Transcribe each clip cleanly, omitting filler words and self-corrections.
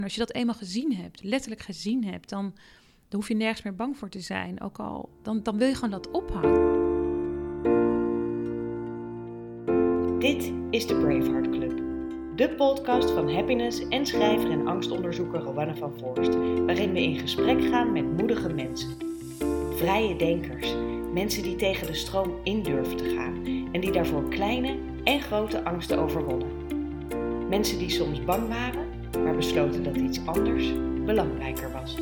Als je dat eenmaal gezien hebt, letterlijk gezien hebt, dan hoef je nergens meer bang voor te zijn. Ook al, dan wil je gewoon dat ophouden. Dit is de Braveheart Club. De podcast van happiness en schrijver en angstonderzoeker Rowanne van Voorst. Waarin we in gesprek gaan met moedige mensen. Vrije denkers. Mensen die tegen de stroom in durven te gaan. En die daarvoor kleine en grote angsten overwonnen. Mensen die soms bang waren, maar besloten dat iets anders belangrijker was.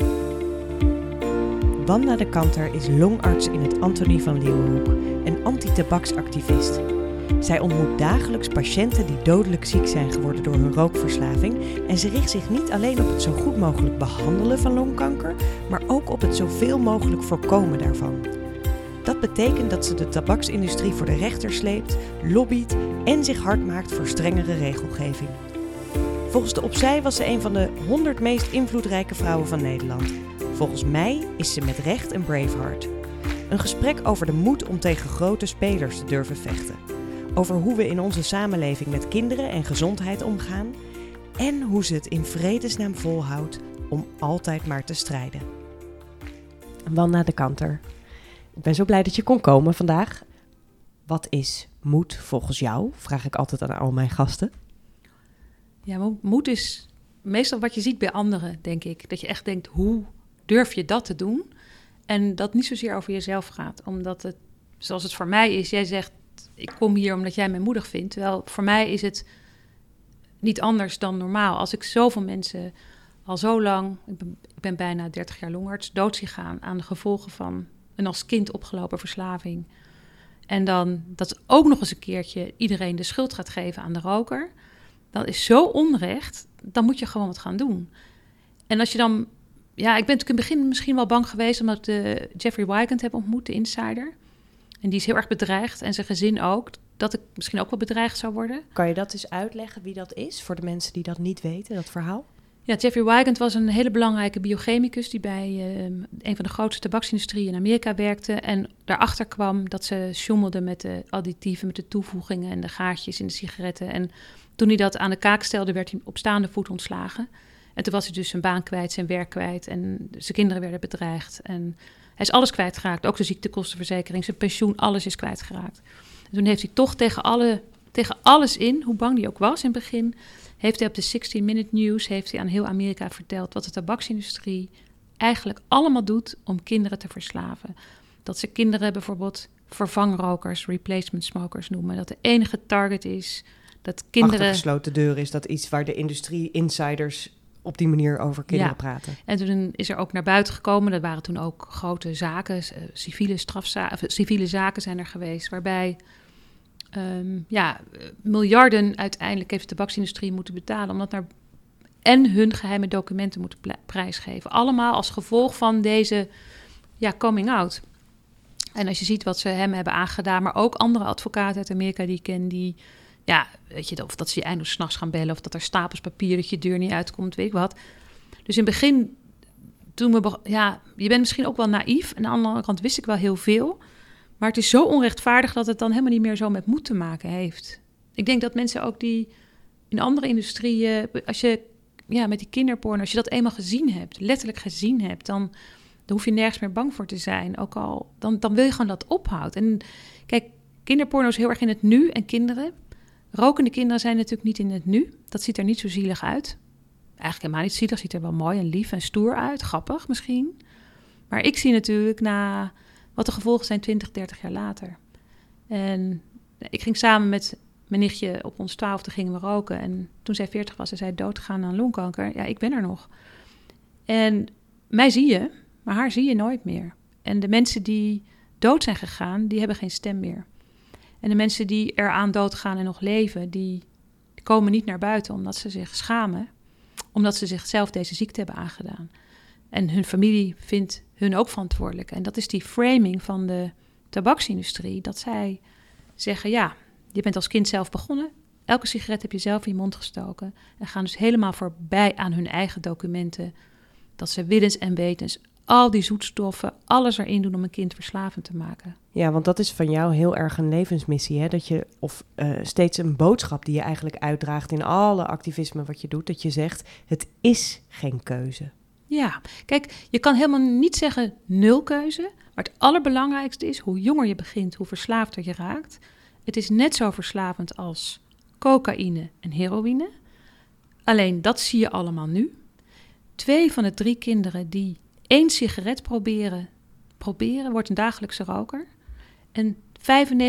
Wanda de Kanter is longarts in het Antonie van Leeuwenhoek en anti-tabaksactivist. Zij ontmoet dagelijks patiënten die dodelijk ziek zijn geworden door hun rookverslaving en ze richt zich niet alleen op het zo goed mogelijk behandelen van longkanker, maar ook op het zoveel mogelijk voorkomen daarvan. Dat betekent dat ze de tabaksindustrie voor de rechter sleept, lobbyt en zich hard maakt voor strengere regelgeving. Volgens de Opzij was ze een van de 100 meest invloedrijke vrouwen van Nederland. Volgens mij is ze met recht een braveheart. Een gesprek over de moed om tegen grote spelers te durven vechten. Over hoe we in onze samenleving met kinderen en gezondheid omgaan. En hoe ze het in vredesnaam volhoudt om altijd maar te strijden. Wanda de Kanter, ik ben zo blij dat je kon komen vandaag. Wat is moed volgens jou? Vraag ik altijd aan al mijn gasten. Ja, moed is meestal wat je ziet bij anderen, denk ik. Dat je echt denkt, hoe durf je dat te doen? En dat niet zozeer over jezelf gaat. Omdat het, zoals het voor mij is, jij zegt, ik kom hier omdat jij mij moedig vindt. Terwijl voor mij is het niet anders dan normaal. Als ik zoveel mensen al zo lang, ik ben bijna 30 jaar longarts, dood zie gaan aan de gevolgen van een als kind opgelopen verslaving. En dan dat ook nog eens een keertje iedereen de schuld gaat geven aan de roker. Dat is zo onrecht, dan moet je gewoon wat gaan doen. En als je dan... Ja, ik ben natuurlijk in het begin misschien wel bang geweest omdat ik Jeffrey Wigand heb ontmoet, de insider. En die is heel erg bedreigd en zijn gezin ook. Dat ik misschien ook wel bedreigd zou worden. Kan je dat eens uitleggen wie dat is voor de mensen die dat niet weten, dat verhaal? Ja, Jeffrey Wigand was een hele belangrijke biochemicus die bij een van de grootste tabaksindustrieën in Amerika werkte. En daarachter kwam dat ze schommelden met de additieven, met de toevoegingen en de gaatjes in de sigaretten. En toen hij dat aan de kaak stelde, werd hij op staande voet ontslagen. En toen was hij dus zijn baan kwijt, zijn werk kwijt en zijn kinderen werden bedreigd. En hij is alles kwijtgeraakt, ook de ziektekostenverzekering, zijn pensioen, alles is kwijtgeraakt. En toen heeft hij toch tegen alles in, hoe bang hij ook was in het begin, heeft hij op de 60 Minute News, heeft hij aan heel Amerika verteld wat de tabaksindustrie eigenlijk allemaal doet om kinderen te verslaven. Dat ze kinderen bijvoorbeeld vervangrokers, replacement smokers noemen. Dat de enige target is dat kinderen... Achter gesloten deuren is dat iets waar de industrie-insiders op die manier over kinderen praten. En toen is er ook naar buiten gekomen, dat waren toen ook grote zaken, civiele zaken zijn er geweest, waarbij miljarden uiteindelijk heeft de tabaksindustrie moeten betalen, omdat en hun geheime documenten moeten prijsgeven. Allemaal als gevolg van deze coming out. En als je ziet wat ze hem hebben aangedaan, maar ook andere advocaten uit Amerika die ik ken, die... Ja, weet je, of dat ze je eindeloos 's nachts gaan bellen, of dat er stapels papier dat je deur niet uitkomt, weet ik wat. Dus in het begin, je bent misschien ook wel naïef. En aan de andere kant wist ik wel heel veel. Maar het is zo onrechtvaardig dat het dan helemaal niet meer zo met moed te maken heeft. Ik denk dat mensen ook die in andere industrieën, als je met die kinderporno, als je dat eenmaal gezien hebt, letterlijk gezien hebt, dan hoef je nergens meer bang voor te zijn. Ook al, dan wil je gewoon dat ophouden. En kijk, kinderporno is heel erg in het nu en kinderen. Rokende kinderen zijn natuurlijk niet in het nu. Dat ziet er niet zo zielig uit. Eigenlijk helemaal niet zielig. Ziet er wel mooi en lief en stoer uit. Grappig misschien. Maar ik zie natuurlijk wat de gevolgen zijn 20, 30 jaar later. En ik ging samen met mijn nichtje op ons 12e gingen we roken. En toen zij 40 was en zij doodgegaan aan longkanker. Ja, ik ben er nog. En mij zie je, maar haar zie je nooit meer. En de mensen die dood zijn gegaan, die hebben geen stem meer. En de mensen die eraan doodgaan en nog leven, die komen niet naar buiten omdat ze zich schamen. Omdat ze zichzelf deze ziekte hebben aangedaan. En hun familie vindt hun ook verantwoordelijk. En dat is die framing van de tabaksindustrie. Dat zij zeggen, ja, je bent als kind zelf begonnen. Elke sigaret heb je zelf in je mond gestoken. En gaan dus helemaal voorbij aan hun eigen documenten. Dat ze willens en wetens al die zoetstoffen, alles erin doen om een kind verslavend te maken. Ja, want dat is van jou heel erg een levensmissie, hè? Dat je, of steeds een boodschap die je eigenlijk uitdraagt in alle activisme wat je doet, dat je zegt, het is geen keuze. Ja, kijk, je kan helemaal niet zeggen 0 keuze, maar het allerbelangrijkste is, hoe jonger je begint, hoe verslaafder je raakt. Het is net zo verslavend als cocaïne en heroïne. Alleen dat zie je allemaal nu. 2 van de 3 kinderen die 1 sigaret proberen, wordt een dagelijkse roker. En 95%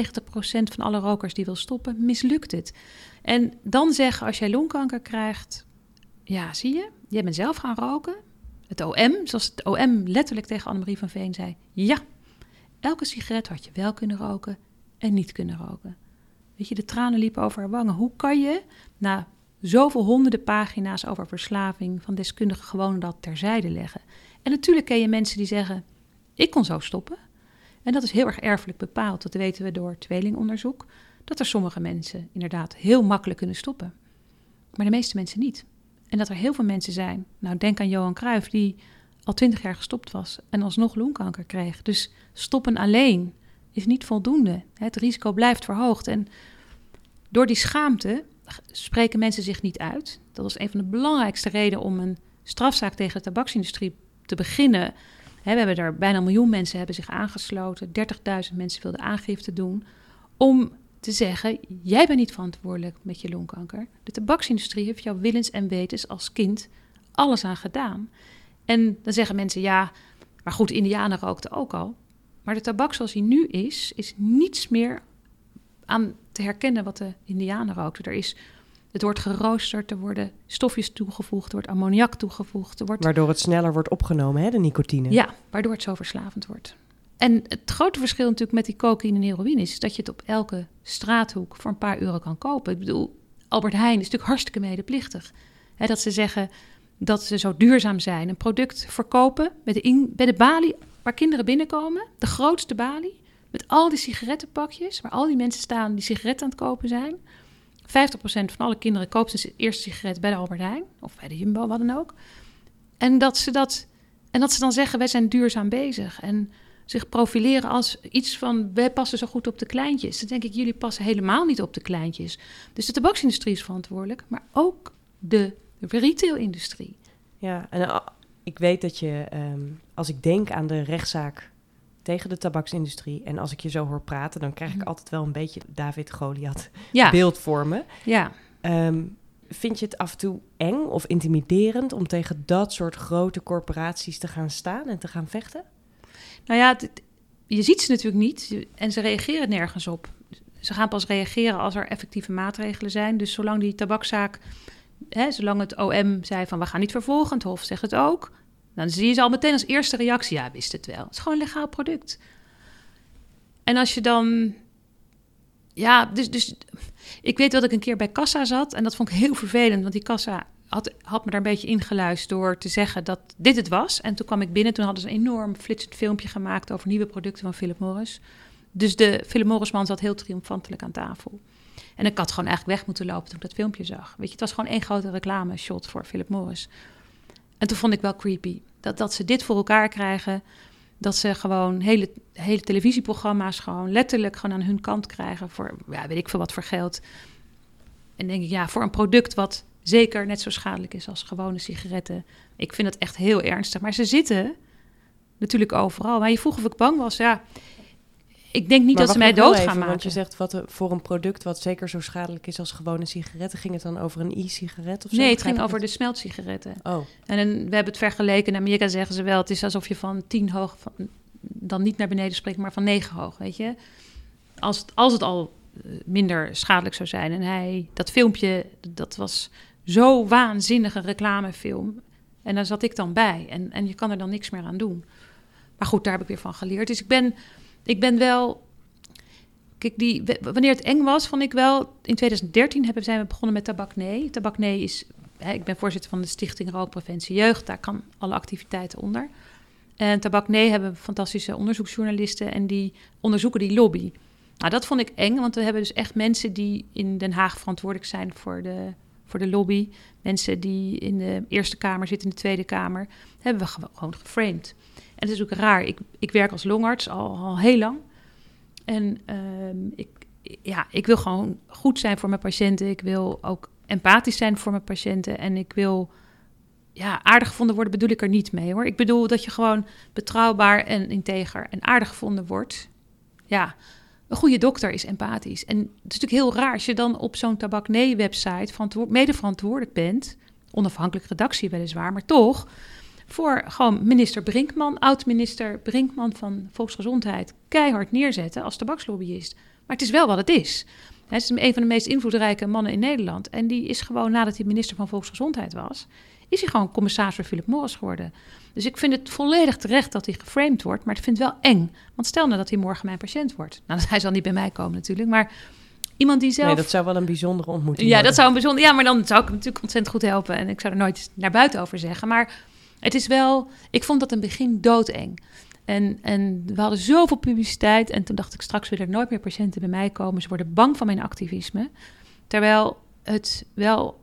van alle rokers die wil stoppen, mislukt het. En dan zeggen, als jij longkanker krijgt, ja, zie je, jij bent zelf gaan roken. Het OM, zoals het OM letterlijk tegen Annemarie van Veen zei, ja, elke sigaret had je wel kunnen roken en niet kunnen roken. Weet je, de tranen liepen over haar wangen. Hoe kan je na zoveel honderden pagina's over verslaving van deskundigen gewoon dat terzijde leggen? En natuurlijk ken je mensen die zeggen, ik kon zo stoppen. En dat is heel erg erfelijk bepaald. Dat weten we door tweelingonderzoek. Dat er sommige mensen inderdaad heel makkelijk kunnen stoppen. Maar de meeste mensen niet. En dat er heel veel mensen zijn. Nou, denk aan Johan Cruijff, die al 20 jaar gestopt was en alsnog longkanker kreeg. Dus stoppen alleen is niet voldoende. Het risico blijft verhoogd. En door die schaamte spreken mensen zich niet uit. Dat was een van de belangrijkste redenen om een strafzaak tegen de tabaksindustrie te beginnen. We hebben er bijna 1 miljoen mensen hebben zich aangesloten. 30.000 mensen wilden aangifte doen om te zeggen, jij bent niet verantwoordelijk met je longkanker. De tabaksindustrie heeft jouw willens en wetens als kind alles aan gedaan. En dan zeggen mensen, ja, maar goed, Indianen rookten ook al. Maar de tabak zoals die nu is niets meer aan te herkennen wat de Indianen rookten. Het wordt geroosterd, er worden stofjes toegevoegd, er wordt ammoniak toegevoegd. Waardoor het sneller wordt opgenomen, hè, de nicotine? Ja, waardoor het zo verslavend wordt. En het grote verschil natuurlijk met die cocaïne en heroïne is dat je het op elke straathoek voor een paar euro kan kopen. Ik bedoel, Albert Heijn is natuurlijk hartstikke medeplichtig. Dat ze zeggen dat ze zo duurzaam zijn. Een product verkopen bij de balie waar kinderen binnenkomen, de grootste balie, met al die sigarettenpakjes, waar al die mensen staan die sigaretten aan het kopen zijn. 50% van alle kinderen koopt zijn eerste sigaret bij de Albert Heijn of bij de Jumbo, wat dan ook. En dat ze dan zeggen, wij zijn duurzaam bezig. En zich profileren als iets van, wij passen zo goed op de kleintjes. Dan denk ik, jullie passen helemaal niet op de kleintjes. Dus de tabaksindustrie is verantwoordelijk, maar ook de retailindustrie. Ja, en ik weet dat je, als ik denk aan de rechtszaak tegen de tabaksindustrie en als ik je zo hoor praten, dan krijg ik altijd wel een beetje David Goliath beeld voor me. Ja. Vind je het af en toe eng of intimiderend om tegen dat soort grote corporaties te gaan staan en te gaan vechten? Nou ja, je ziet ze natuurlijk niet en ze reageren nergens op. Ze gaan pas reageren als er effectieve maatregelen zijn. Dus zolang die tabakzaak, zolang het OM zei van we gaan niet vervolgen, het Hof zegt het ook, dan zie je ze al meteen als eerste reactie, ja, wist het wel. Het is gewoon een legaal product. En als je dan, ja, dus ik weet dat ik een keer bij Kassa zat en dat vond ik heel vervelend, want die Kassa had me daar een beetje ingeluisterd door te zeggen dat dit het was. En toen kwam ik binnen, toen hadden ze een enorm flitsend filmpje gemaakt over nieuwe producten van Philip Morris. Dus de Philip Morris man zat heel triomfantelijk aan tafel. En ik had gewoon eigenlijk weg moeten lopen toen ik dat filmpje zag. Weet je, het was gewoon één grote reclame shot voor Philip Morris. En toen vond ik wel creepy dat ze dit voor elkaar krijgen. Dat ze gewoon hele televisieprogramma's gewoon letterlijk gewoon aan hun kant krijgen voor, ja, weet ik veel wat voor geld. En denk ik, ja, voor een product wat zeker net zo schadelijk is als gewone sigaretten. Ik vind het echt heel ernstig. Maar ze zitten natuurlijk overal. Maar je vroeg of ik bang was. Ja, ik denk niet dat ze mij dood gaan maken. Want je zegt voor een product wat zeker zo schadelijk is als gewone sigaretten. Ging het dan over een e-sigaret of zo? Nee, het ging over de smeltsigaretten. Oh. En we hebben het vergeleken. In Amerika zeggen ze wel, het is alsof je van 10 hoog, dan niet naar beneden spreekt, maar van 9 hoog, weet je. Als het al minder schadelijk zou zijn. En dat filmpje, dat was zo waanzinnige reclamefilm. En daar zat ik dan bij. En je kan er dan niks meer aan doen. Maar goed, daar heb ik weer van geleerd. Dus ik ben wel. Kijk, wanneer het eng was, vond ik wel. In 2013 zijn we begonnen met Tabak Nee. Tabak Nee is. Ik ben voorzitter van de Stichting Rookpreventie Jeugd. Daar kan alle activiteiten onder. En Tabak Nee hebben fantastische onderzoeksjournalisten. En die onderzoeken die lobby. Nou, dat vond ik eng, want we hebben dus echt mensen die in Den Haag verantwoordelijk zijn voor de lobby. Mensen die in de Eerste Kamer zitten, in de Tweede Kamer. Hebben we gewoon geframed. het is ook raar. Ik werk als longarts al heel lang. En ik wil gewoon goed zijn voor mijn patiënten. Ik wil ook empathisch zijn voor mijn patiënten. En ik wil aardig gevonden worden, bedoel ik er niet mee, hoor. Ik bedoel dat je gewoon betrouwbaar en integer en aardig gevonden wordt. Ja, een goede dokter is empathisch. En het is natuurlijk heel raar als je dan op zo'n Tabak Nee-website mede verantwoordelijk bent, onafhankelijk redactie weliswaar, maar toch, voor gewoon minister Brinkman, oud-minister Brinkman van Volksgezondheid, keihard neerzetten als tabakslobbyist. Maar het is wel wat het is. Hij is een van de meest invloedrijke mannen in Nederland. En die is gewoon, nadat hij minister van Volksgezondheid was, is hij gewoon commissaris voor Philip Morris geworden. Dus ik vind het volledig terecht dat hij geframed wordt, maar ik vind het wel eng. Want stel nou dat hij morgen mijn patiënt wordt. Nou, hij zal niet bij mij komen natuurlijk, maar iemand die zelf... Nee, dat zou wel een bijzondere ontmoeting worden. Dat zou een bijzondere... Ja, maar dan zou ik hem natuurlijk ontzettend goed helpen. En ik zou er nooit naar buiten over zeggen. Maar het is wel... Ik vond dat in het begin doodeng. En we hadden zoveel publiciteit. En toen dacht ik, straks willen er nooit meer patiënten bij mij komen. Ze worden bang van mijn activisme. Terwijl het wel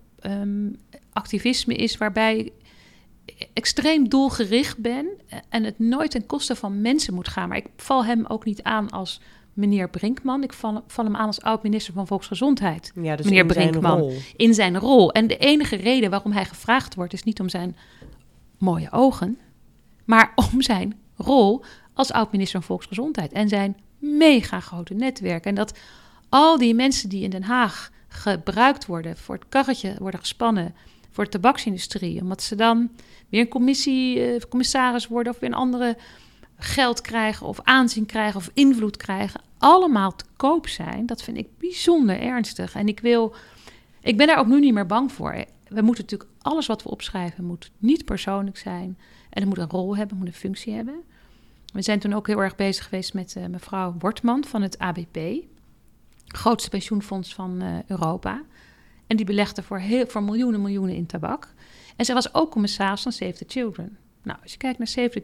activisme is waarbij ik extreem doelgericht ben. En het nooit ten koste van mensen moet gaan. Maar ik val hem ook niet aan als meneer Brinkman. Ik val hem aan als oud-minister van Volksgezondheid. Ja, dus meneer Brinkman. In zijn rol. En de enige reden waarom hij gevraagd wordt, is niet om zijn mooie ogen, maar om zijn rol als oud-minister van Volksgezondheid en zijn mega grote netwerk. En dat al die mensen die in Den Haag gebruikt worden, voor het karretje worden gespannen voor de tabaksindustrie, omdat ze dan weer een commissaris worden of weer een andere geld krijgen of aanzien krijgen of invloed krijgen, allemaal te koop zijn, dat vind ik bijzonder ernstig. En ik ben daar ook nu niet meer bang voor. We moeten natuurlijk, alles wat we opschrijven moet niet persoonlijk zijn. En het moet een rol hebben, moet een functie hebben. We zijn toen ook heel erg bezig geweest met mevrouw Wortman van het ABP. Grootste pensioenfonds van Europa. En die belegde voor miljoenen in tabak. En zij was ook commissaris van Save the Children. Nou, als je kijkt naar Save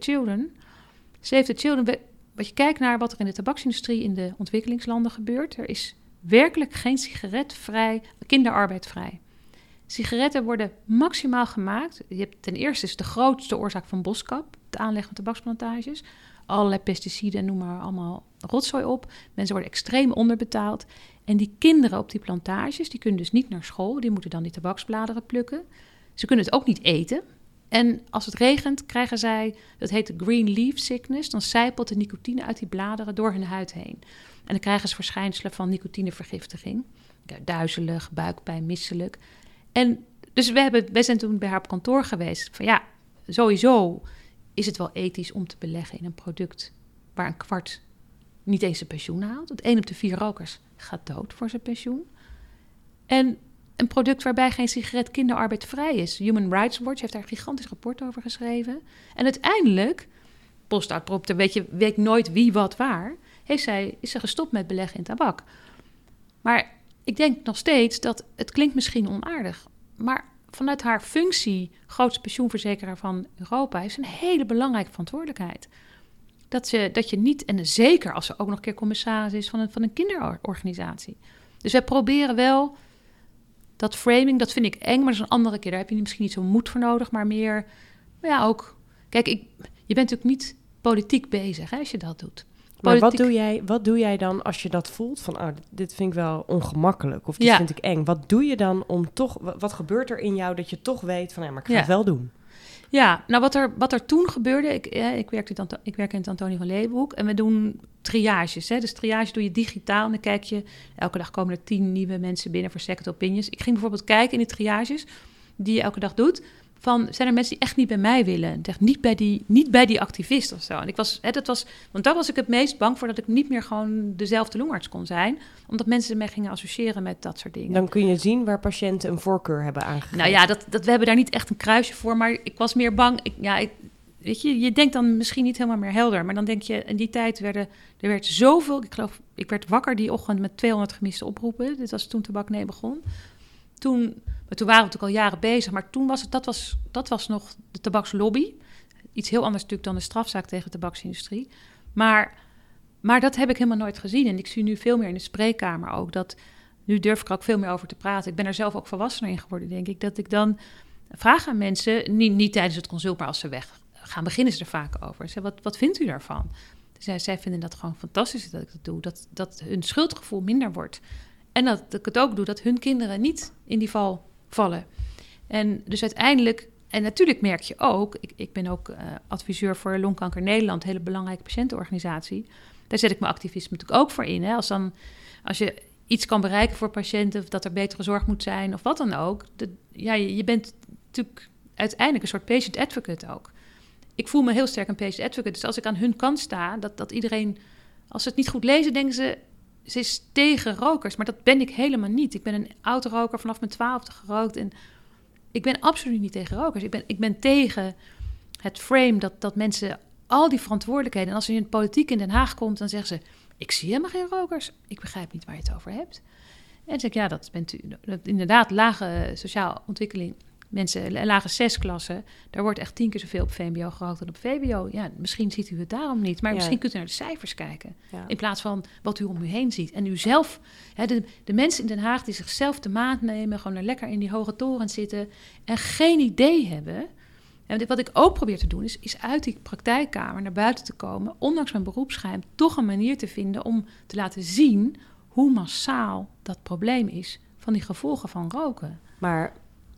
the Children, wat je kijkt naar wat er in de tabaksindustrie in de ontwikkelingslanden gebeurt. Er is werkelijk geen kinderarbeid vrij. Sigaretten worden maximaal gemaakt. Je hebt ten eerste is de grootste oorzaak van boskap, het aanleggen van tabaksplantages. Allerlei pesticiden, noem maar allemaal rotzooi op. Mensen worden extreem onderbetaald. En die kinderen op die plantages, die kunnen dus niet naar school. Die moeten dan die tabaksbladeren plukken. Ze kunnen het ook niet eten. En als het regent, krijgen zij, dat heet de green leaf sickness. Dan sijpelt de nicotine uit die bladeren door hun huid heen. En dan krijgen ze verschijnselen van nicotinevergiftiging. Duizelig, buikpijn, misselijk. En dus wij zijn toen bij haar op kantoor geweest. Van ja, sowieso is het wel ethisch om te beleggen in een product waar een kwart niet eens zijn pensioen haalt. Want 1 op de 4 rokers gaat dood voor zijn pensioen. En een product waarbij geen sigaret kinderarbeid vrij is. Human Rights Watch heeft daar een gigantisch rapport over geschreven. En uiteindelijk, post-out-propter, weet nooit wie, wat, waar, is ze gestopt met beleggen in tabak. Maar ik denk nog steeds dat het klinkt misschien onaardig, maar vanuit haar functie, grootste pensioenverzekeraar van Europa, heeft ze een hele belangrijke verantwoordelijkheid. Dat je niet, en zeker als ze ook nog een keer commissaris is van een kinderorganisatie. Dus wij proberen wel dat framing, dat vind ik eng, maar dat is een andere keer. Daar heb je misschien niet zo'n moed voor nodig, maar meer, maar ja ook. Kijk, je bent natuurlijk niet politiek bezig als je dat doet. Maar wat doe jij dan als je dat voelt? Van, dit vind ik wel ongemakkelijk of dit vind ik eng. Wat doe je dan om toch... Wat gebeurt er in jou dat je toch weet van... maar ik ga het wel doen? Ja, nou wat er toen gebeurde... Ik werk in het Antonie van Leeuwenhoek en we doen triages. Hè? Dus triage doe je digitaal en dan kijk je... Elke dag komen er 10 nieuwe mensen binnen voor second opinions. Ik ging bijvoorbeeld kijken in de triages die je elke dag doet... zijn er mensen die echt niet bij mij willen? Echt niet bij die activist of zo. En want daar was ik het meest bang voor... dat ik niet meer gewoon dezelfde longarts kon zijn. Omdat mensen mij gingen associëren met dat soort dingen. Dan kun je zien waar patiënten een voorkeur hebben aangegeven. Nou ja, we hebben daar niet echt een kruisje voor. Maar ik was meer bang. Weet je denkt dan misschien niet helemaal meer helder. Maar dan denk je, in die tijd werd zoveel... Ik werd wakker die ochtend met 200 gemiste oproepen. Dit was toen Tabak Nee begon. Maar toen waren we natuurlijk al jaren bezig. Maar toen dat was nog de tabakslobby. Iets heel anders natuurlijk dan de strafzaak tegen de tabaksindustrie. Maar dat heb ik helemaal nooit gezien. En ik zie nu veel meer in de spreekkamer ook. Nu durf ik er ook veel meer over te praten. Ik ben er zelf ook volwassener in geworden, denk ik. Dat ik dan vraag aan mensen, niet tijdens het consult, maar als ze gaan beginnen ze er vaak over. Ze wat vindt u daarvan? Zij vinden dat gewoon fantastisch dat ik dat doe. Dat hun schuldgevoel minder wordt. En dat ik het ook doe dat hun kinderen niet in die val vallen. En dus uiteindelijk... En natuurlijk merk je ook... Ik ben ook adviseur voor Longkanker Nederland... een hele belangrijke patiëntenorganisatie. Daar zet ik mijn activisme natuurlijk ook voor in. Hè. Als je iets kan bereiken voor patiënten... of dat er betere zorg moet zijn of wat dan ook... je bent natuurlijk uiteindelijk een soort patient advocate ook. Ik voel me heel sterk een patient advocate. Dus als ik aan hun kant sta... dat iedereen... Als ze het niet goed lezen, denken ze is tegen rokers. Maar dat ben ik helemaal niet. Ik ben een oud-roker, vanaf mijn 12e gerookt... en ik ben absoluut niet tegen rokers. Ik ben tegen het frame dat mensen al die verantwoordelijkheden... en als je in de politiek in Den Haag komt, dan zeggen ze... ik zie helemaal geen rokers. Ik begrijp niet waar je het over hebt. En dan zeg ik, ja, dat bent u. Dat inderdaad, lage sociale ontwikkeling... mensen, lage 6-klassen... daar wordt echt 10 keer zoveel op VMBO gerookt dan op VWO. Ja, misschien ziet u het daarom niet. Maar misschien kunt u naar de cijfers kijken. Ja. In plaats van wat u om u heen ziet. En u zelf, de mensen in Den Haag die zichzelf de maat nemen... gewoon er lekker in die hoge toren zitten... en geen idee hebben... En wat ik ook probeer te doen, is uit die praktijkkamer naar buiten te komen... ondanks mijn beroepsgeheim, toch een manier te vinden... om te laten zien hoe massaal dat probleem is... van die gevolgen van roken. Maar...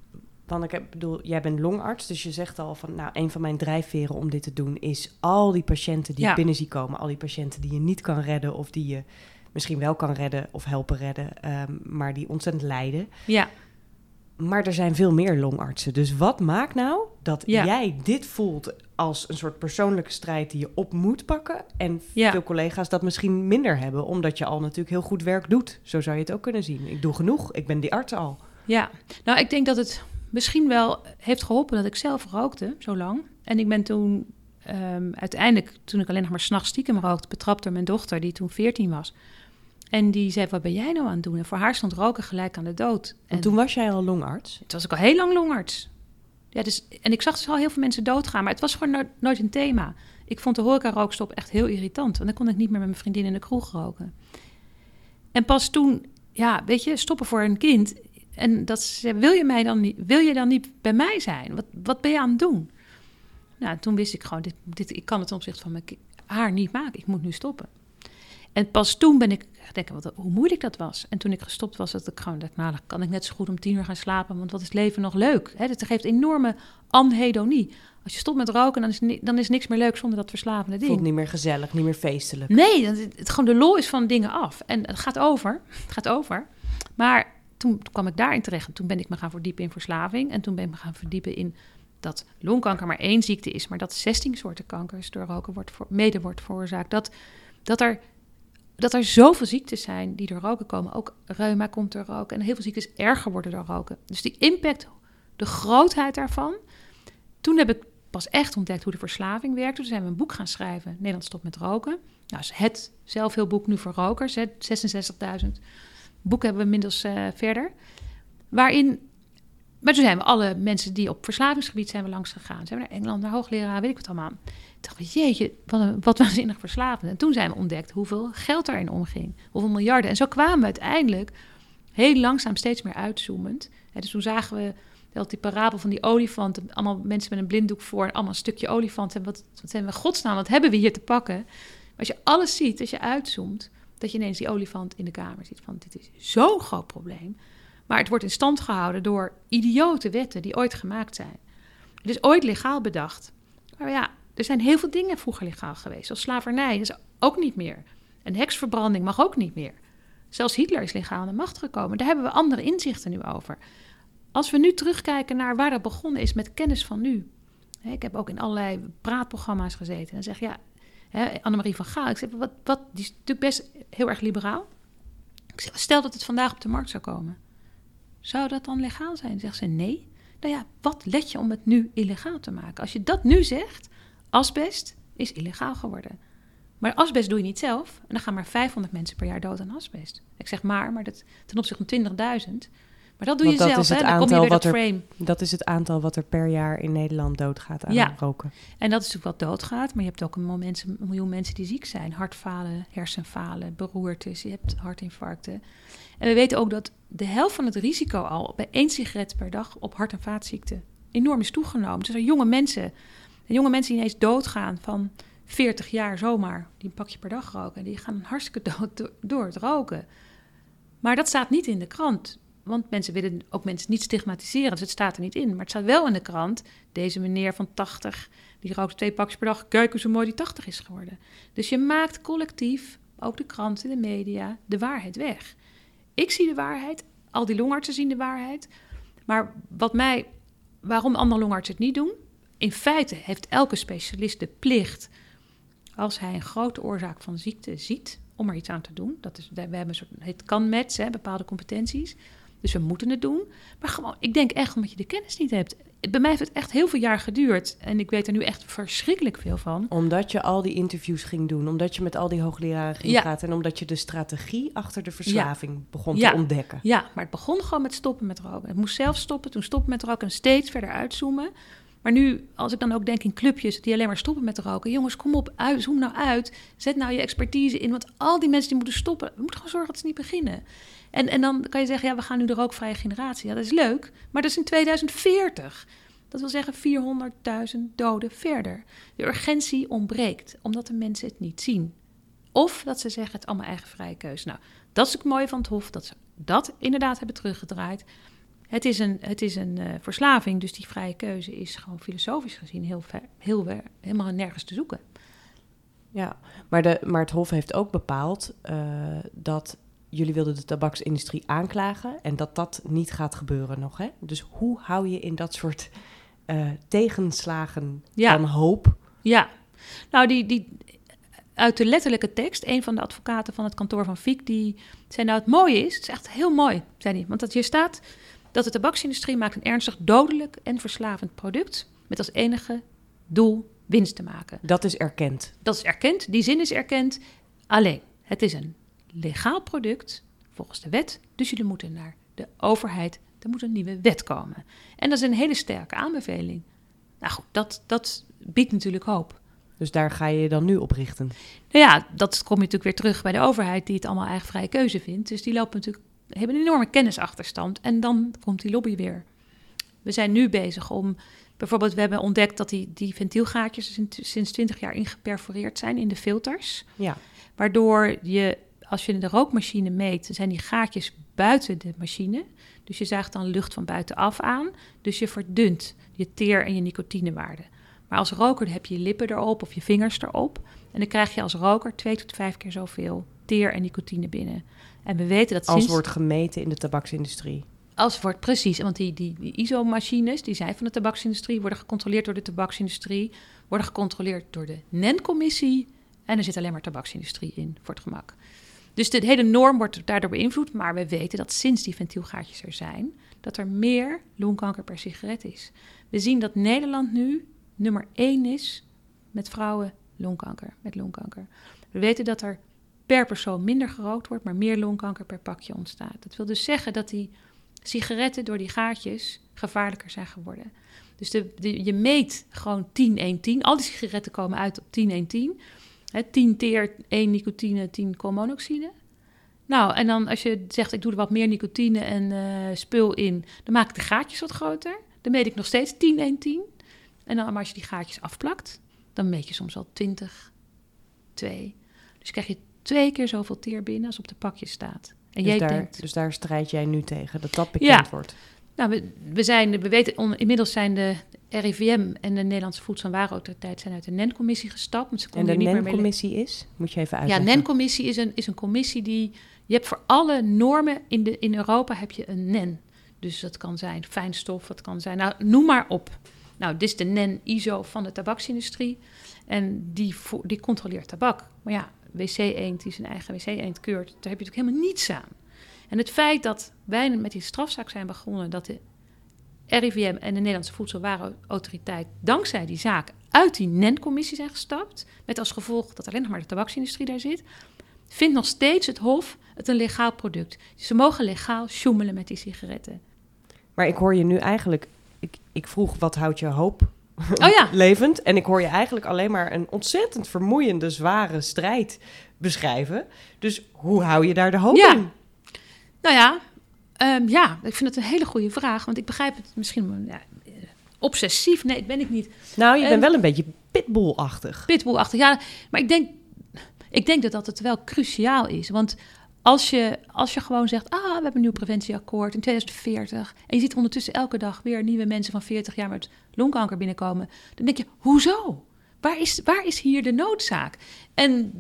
Want ik bedoel, jij bent longarts, dus je zegt al van... nou, een van mijn drijfveren om dit te doen is al die patiënten die binnen zie komen... al die patiënten die je niet kan redden of die je misschien wel kan redden of helpen redden... maar die ontzettend lijden. Ja. Maar er zijn veel meer longartsen. Dus wat maakt nou dat jij dit voelt als een soort persoonlijke strijd... die je op moet pakken en veel collega's dat misschien minder hebben... omdat je al natuurlijk heel goed werk doet. Zo zou je het ook kunnen zien. Ik doe genoeg, ik ben die arts al. Ja, nou, ik denk dat het... misschien wel heeft geholpen dat ik zelf rookte zo lang. En ik ben toen uiteindelijk, toen ik alleen nog maar 's nachts stiekem rookte... betrapt door mijn dochter, die toen 14 was. En die zei, wat ben jij nou aan het doen? En voor haar stond roken gelijk aan de dood. En toen was jij al longarts? Toen was ik al heel lang longarts. Ja, dus, en ik zag dus al heel veel mensen doodgaan, maar het was gewoon nooit een thema. Ik vond de horeca-rookstop echt heel irritant. Want dan kon ik niet meer met mijn vriendin in de kroeg roken. En pas toen, ja, weet je, stoppen voor een kind... En dat ze, wil je dan niet bij mij zijn? Wat ben je aan het doen? Nou, toen wist ik gewoon, ik kan het ten opzichte van mijn haar niet maken. Ik moet nu stoppen. En pas toen ben ik denken, hoe moeilijk dat was. En toen ik gestopt was, dat ik gewoon dacht, nou, dan kan ik net zo goed om 10 uur gaan slapen. Want wat is het leven nog leuk? Het geeft enorme anhedonie. Als je stopt met roken, dan is niks meer leuk zonder dat verslavende ding. Voelt niet meer gezellig, niet meer feestelijk. Nee, gewoon de lol is van dingen af. En het gaat over. Maar... Toen kwam ik daarin terecht en toen ben ik me gaan verdiepen in verslaving. En toen ben ik me gaan verdiepen in dat longkanker maar 1 ziekte is... maar dat 16 soorten kankers door roken mede wordt veroorzaakt. Dat er zoveel ziektes zijn die door roken komen. Ook reuma komt door roken en heel veel ziektes erger worden door roken. Dus die impact, de grootheid daarvan... Toen heb ik pas echt ontdekt hoe de verslaving werkt. Toen zijn we een boek gaan schrijven, Nederland stopt met roken. Nou, is het zelfhulpboek nu voor rokers, 66.000... boek hebben we inmiddels verder. Maar toen zijn we alle mensen die op verslavingsgebied zijn we langs gegaan. Zijn we naar Engeland, naar hoogleraar, weet ik wat allemaal. Ik dacht, jeetje, wat waanzinnig verslavend. En toen zijn we ontdekt hoeveel geld daarin omging. Hoeveel miljarden. En zo kwamen we uiteindelijk heel langzaam steeds meer uitzoomend. Dus toen zagen we dat die parabel van die olifant. Allemaal mensen met een blinddoek voor. Allemaal een stukje olifant. En wat zijn we, godsnaam, wat hebben we hier te pakken? Maar als je alles ziet, als je uitzoomt... dat je ineens die olifant in de kamer ziet van... dit is zo'n groot probleem. Maar het wordt in stand gehouden door idiote wetten... die ooit gemaakt zijn. Het is ooit legaal bedacht. Maar ja, er zijn heel veel dingen vroeger legaal geweest. Zoals slavernij, dat is ook niet meer. En heksverbranding mag ook niet meer. Zelfs Hitler is legaal aan de macht gekomen. Daar hebben we andere inzichten nu over. Als we nu terugkijken naar waar dat begonnen is... met kennis van nu. Ik heb ook in allerlei praatprogramma's gezeten. En dan zeg ja... Annemarie van Gaal, ik zeg, die is natuurlijk best heel erg liberaal. Ik zeg, stel dat het vandaag op de markt zou komen. Zou dat dan legaal zijn? Zegt ze, nee. Nou ja, wat let je om het nu illegaal te maken? Als je dat nu zegt, asbest is illegaal geworden. Maar asbest doe je niet zelf. En dan gaan maar 500 mensen per jaar dood aan asbest. Ik zeg maar dat ten opzichte van 20.000... Maar dat doe je zelf, hè? Dan kom je weer dat frame. Dat is het aantal wat er per jaar in Nederland doodgaat aan roken. En dat is natuurlijk wat doodgaat. Maar je hebt ook een miljoen mensen die ziek zijn. Hartfalen, hersenfalen, beroertes. Je hebt hartinfarcten. En we weten ook dat de helft van het risico al... bij 1 sigaret per dag op hart- en vaatziekten enorm is toegenomen. Dus er jonge mensen En jonge mensen die ineens doodgaan van 40 jaar zomaar, die een pakje per dag roken, die gaan hartstikke dood door het roken. Maar dat staat niet in de krant. Want mensen willen ook mensen niet stigmatiseren, dus het staat er niet in. Maar het staat wel in de krant, deze meneer van 80, die rookt 2 pakjes per dag. Kijk hoe zo mooi die 80 is geworden. Dus je maakt collectief, ook de kranten, de media, de waarheid weg. Ik zie de waarheid, al die longartsen zien de waarheid. Maar waarom andere longartsen het niet doen? In feite heeft elke specialist de plicht, als hij een grote oorzaak van ziekte ziet, om er iets aan te doen. We hebben een soort, het kan-match, bepaalde competenties. Dus we moeten het doen. Maar gewoon, ik denk echt omdat je de kennis niet hebt. Bij mij heeft het echt heel veel jaar geduurd. En ik weet er nu echt verschrikkelijk veel van. Omdat je al die interviews ging doen. Omdat je met al die hoogleraren ging praten. En omdat je de strategie achter de verslaving begon te ontdekken. Ja, maar het begon gewoon met stoppen met roken. Het moest zelf stoppen, toen stoppen met roken en steeds verder uitzoomen. Maar nu, als ik dan ook denk in clubjes die alleen maar stoppen met roken. Jongens, kom op, zoom nou uit. Zet nou je expertise in. Want al die mensen die moeten stoppen, we moeten gewoon zorgen dat ze niet beginnen. En dan kan je zeggen, we gaan nu de rookvrije generatie. Ja, dat is leuk, maar dat is in 2040. Dat wil zeggen 400.000 doden verder. De urgentie ontbreekt, omdat de mensen het niet zien. Of dat ze zeggen, het is allemaal eigen vrije keuze. Nou, dat is het mooie van het Hof, dat ze dat inderdaad hebben teruggedraaid. Het is een verslaving, dus die vrije keuze is gewoon filosofisch gezien helemaal nergens te zoeken. Ja, maar het Hof heeft ook bepaald dat jullie wilden de tabaksindustrie aanklagen en dat niet gaat gebeuren nog, hè? Dus hoe hou je in dat soort tegenslagen van hoop? Ja, nou die uit de letterlijke tekst, een van de advocaten van het kantoor van Fiek, die zei nou het mooie is, het is echt heel mooi, zei hij, want dat hier staat dat de tabaksindustrie maakt een ernstig dodelijk en verslavend product met als enige doel winst te maken. Dat is erkend. Dat is erkend, die zin is erkend. Alleen, het is een legaal product volgens de wet, dus jullie moeten naar de overheid, er moet een nieuwe wet komen. En dat is een hele sterke aanbeveling. Nou goed, dat biedt natuurlijk hoop. Dus daar ga je je dan nu op richten? Nou ja, dat kom je natuurlijk weer terug bij de overheid die het allemaal eigen vrije keuze vindt. Dus die hebben een enorme kennisachterstand en dan komt die lobby weer. We zijn nu bezig om, bijvoorbeeld we hebben ontdekt dat die ventielgaatjes sinds 20 jaar ingeperforeerd zijn in de filters. Ja. Waardoor als je de rookmachine meet, zijn die gaatjes buiten de machine. Dus je zuigt dan lucht van buitenaf aan. Dus je verdunt je teer- en je nicotinewaarde. Maar als roker heb je je lippen erop of je vingers erop. En dan krijg je als roker 2 tot 5 keer zoveel teer en nicotine binnen. En we weten dat als wordt gemeten in de tabaksindustrie. Precies, want die ISO-machines, die zijn van de tabaksindustrie, worden gecontroleerd door de tabaksindustrie, worden gecontroleerd door de NEN-commissie. En er zit alleen maar tabaksindustrie in, voor het gemak. Dus de hele norm wordt daardoor beïnvloed. Maar we weten dat sinds die ventielgaatjes er zijn, dat er meer longkanker per sigaret is. We zien dat Nederland nu nummer 1 is met vrouwen met longkanker. We weten dat er per persoon minder gerookt wordt, maar meer longkanker per pakje ontstaat. Dat wil dus zeggen dat die sigaretten door die gaatjes gevaarlijker zijn geworden. Dus je meet gewoon 10-1-10. Al die sigaretten komen uit op 10-1-10. 10 teer, 1 nicotine, 10 koolmonoxide. Nou, en dan als je zegt, ik doe er wat meer nicotine en spul in, dan maak ik de gaatjes wat groter. Dan meet ik nog steeds 10-1-10. En dan, maar als je die gaatjes afplakt, dan meet je soms al 20, 2. Dus krijg je 2 keer zoveel teer binnen als op de pakjes staat. En dus daar strijd jij nu tegen, dat bekend wordt? Nou, we weten, inmiddels zijn de RIVM en de Nederlandse Voedsel- en Warenautoriteit zijn uit de NEN-commissie gestapt. Want ze en de NEN-commissie is? Moet je even uitleggen. Ja, NEN-commissie is een commissie die... Je hebt voor alle normen in Europa heb je een NEN. Dus dat kan zijn fijnstof, dat kan zijn... Nou, noem maar op. Nou, dit is de NEN-ISO van de tabaksindustrie. En die controleert tabak. Maar ja, wc-eend die zijn eigen wc-eend keurt, daar heb je natuurlijk helemaal niets aan. En het feit dat wij met die strafzaak zijn begonnen, dat de RIVM en de Nederlandse Voedsel- en Warenautoriteit dankzij die zaak uit die NEN-commissie zijn gestapt, met als gevolg dat alleen nog maar de tabaksindustrie daar zit, vindt nog steeds het Hof het een legaal product. Dus ze mogen legaal sjoemelen met die sigaretten. Maar ik hoor je nu eigenlijk... Ik vroeg, wat houdt je hoop levend? En ik hoor je eigenlijk alleen maar een ontzettend vermoeiende, zware strijd beschrijven. Dus hoe hou je daar de hoop in? Nou ja, ik vind het een hele goede vraag. Want ik begrijp het misschien obsessief. Nee, ben ik niet. Nou, je bent wel een beetje pitbull-achtig. Pitbull-achtig, ja. Maar ik denk dat het wel cruciaal is. Want als je gewoon zegt, we hebben een nieuw preventieakkoord in 2040... en je ziet ondertussen elke dag weer nieuwe mensen van 40 jaar met longkanker binnenkomen... dan denk je, hoezo? Waar is hier de noodzaak? En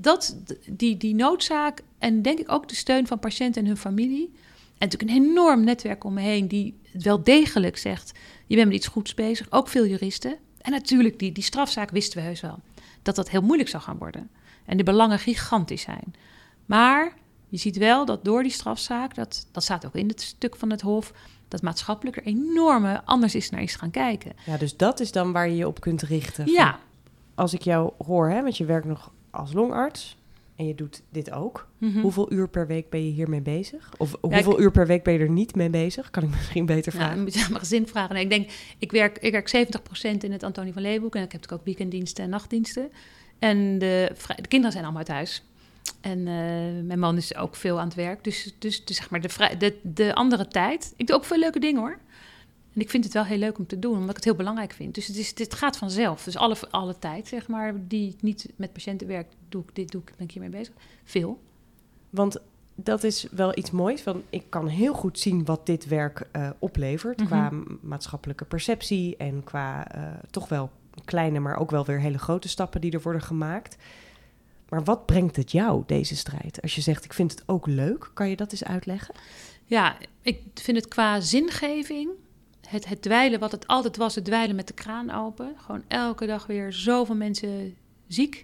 die noodzaak en denk ik ook de steun van patiënten en hun familie... en natuurlijk een enorm netwerk om me heen die wel degelijk zegt... je bent met iets goeds bezig, ook veel juristen. En natuurlijk, die strafzaak wisten we heus wel. Dat heel moeilijk zou gaan worden. En de belangen gigantisch zijn. Maar je ziet wel dat door die strafzaak... dat staat ook in het stuk van het Hof... dat maatschappelijk er enorme anders is naar is gaan kijken. Ja, dus dat is dan waar je je op kunt richten. Ja. Als ik jou hoor, want je werkt nog als longarts... en je doet dit ook. Mm-hmm. Hoeveel uur per week ben je hiermee bezig? Of hoeveel uur per week ben je er niet mee bezig? Kan ik misschien beter vragen? Ja, moet je aan mijn gezin vragen. Nee, ik werk 70% in het Antonie van Leeuwenhoek... en ik heb natuurlijk ook weekenddiensten en nachtdiensten. En de kinderen zijn allemaal uit huis. En mijn man is ook veel aan het werk. Dus zeg maar de andere tijd... Ik doe ook veel leuke dingen, hoor. En ik vind het wel heel leuk om te doen, omdat ik het heel belangrijk vind. Dus dit gaat vanzelf. Dus alle tijd, zeg maar, die ik niet met patiënten werk, ben ik hiermee bezig. Veel. Want dat is wel iets moois. Van, ik kan heel goed zien wat dit werk oplevert... qua maatschappelijke perceptie en qua toch wel kleine... maar ook wel weer hele grote stappen die er worden gemaakt. Maar wat brengt het jou, deze strijd? Als je zegt, ik vind het ook leuk, kan je dat eens uitleggen? Ja, ik vind het qua zingeving... Het dweilen, wat het altijd was, het dweilen met de kraan open. Gewoon elke dag weer zoveel mensen ziek.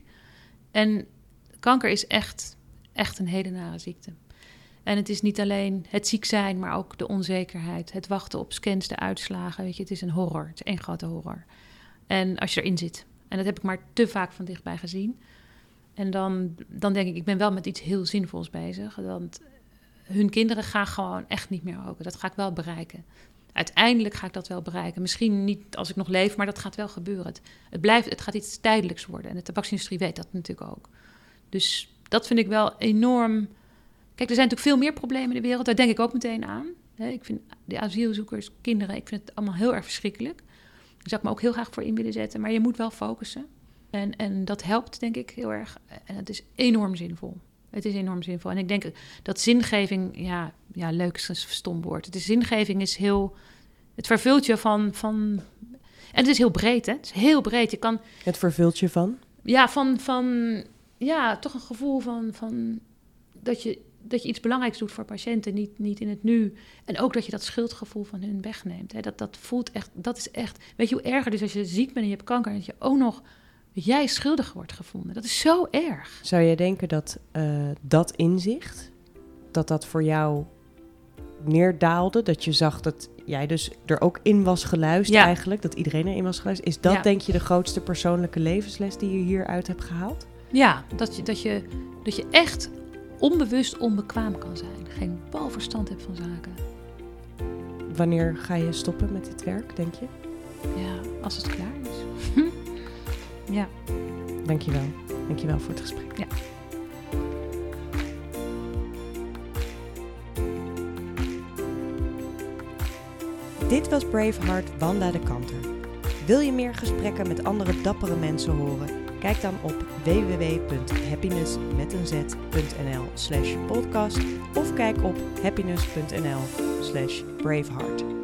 En kanker is echt een hele nare ziekte. En het is niet alleen het ziek zijn, maar ook de onzekerheid. Het wachten op scans, de uitslagen. Weet je, het is een horror. Het is één grote horror. En als je erin zit. En dat heb ik maar te vaak van dichtbij gezien. En dan denk ik ben wel met iets heel zinvols bezig. Want hun kinderen gaan gewoon echt niet meer roken. Dat ga ik wel bereiken. Uiteindelijk ga ik dat wel bereiken. Misschien niet als ik nog leef, maar dat gaat wel gebeuren. Het gaat iets tijdelijks worden. En de tabaksindustrie weet dat natuurlijk ook. Dus dat vind ik wel enorm... Kijk, er zijn natuurlijk veel meer problemen in de wereld. Daar denk ik ook meteen aan. Ik vind de asielzoekers, kinderen, ik vind het allemaal heel erg verschrikkelijk. Daar zou ik me ook heel graag voor in willen zetten. Maar je moet wel focussen. En dat helpt, denk ik, heel erg. En het is enorm zinvol. Het is enorm zinvol. En ik denk dat zingeving... Ja, leuk is een stom woord. Zingeving is heel... Het vervult je van... En het is heel breed, hè? Het is heel breed. Je kan... Het vervult je van? Ja, ja, toch een gevoel van dat je iets belangrijks doet voor patiënten, niet in het nu. En ook dat je dat schuldgevoel van hun wegneemt. Hè? Dat voelt echt... Dat is echt... Weet je hoe erger het is als je ziek bent en je hebt kanker... en dat je ook nog... jij schuldig wordt gevonden. Dat is zo erg. Zou jij denken dat dat inzicht... dat voor jou neerdaalde? Dat je zag dat jij dus er ook in was geluisterd eigenlijk? Dat iedereen erin was geluisterd? Is dat denk je de grootste persoonlijke levensles die je hieruit hebt gehaald? Ja, dat je echt onbewust onbekwaam kan zijn. Geen bal verstand hebt van zaken. Wanneer ga je stoppen met dit werk, denk je? Ja, als het klaar is. Ja. Dankjewel. Dankjewel voor het gesprek. Ja. Dit was Braveheart Wanda de Kanter. Wil je meer gesprekken met andere dappere mensen horen? Kijk dan op www.happiness.nl/podcast of kijk op happiness.nl/braveheart.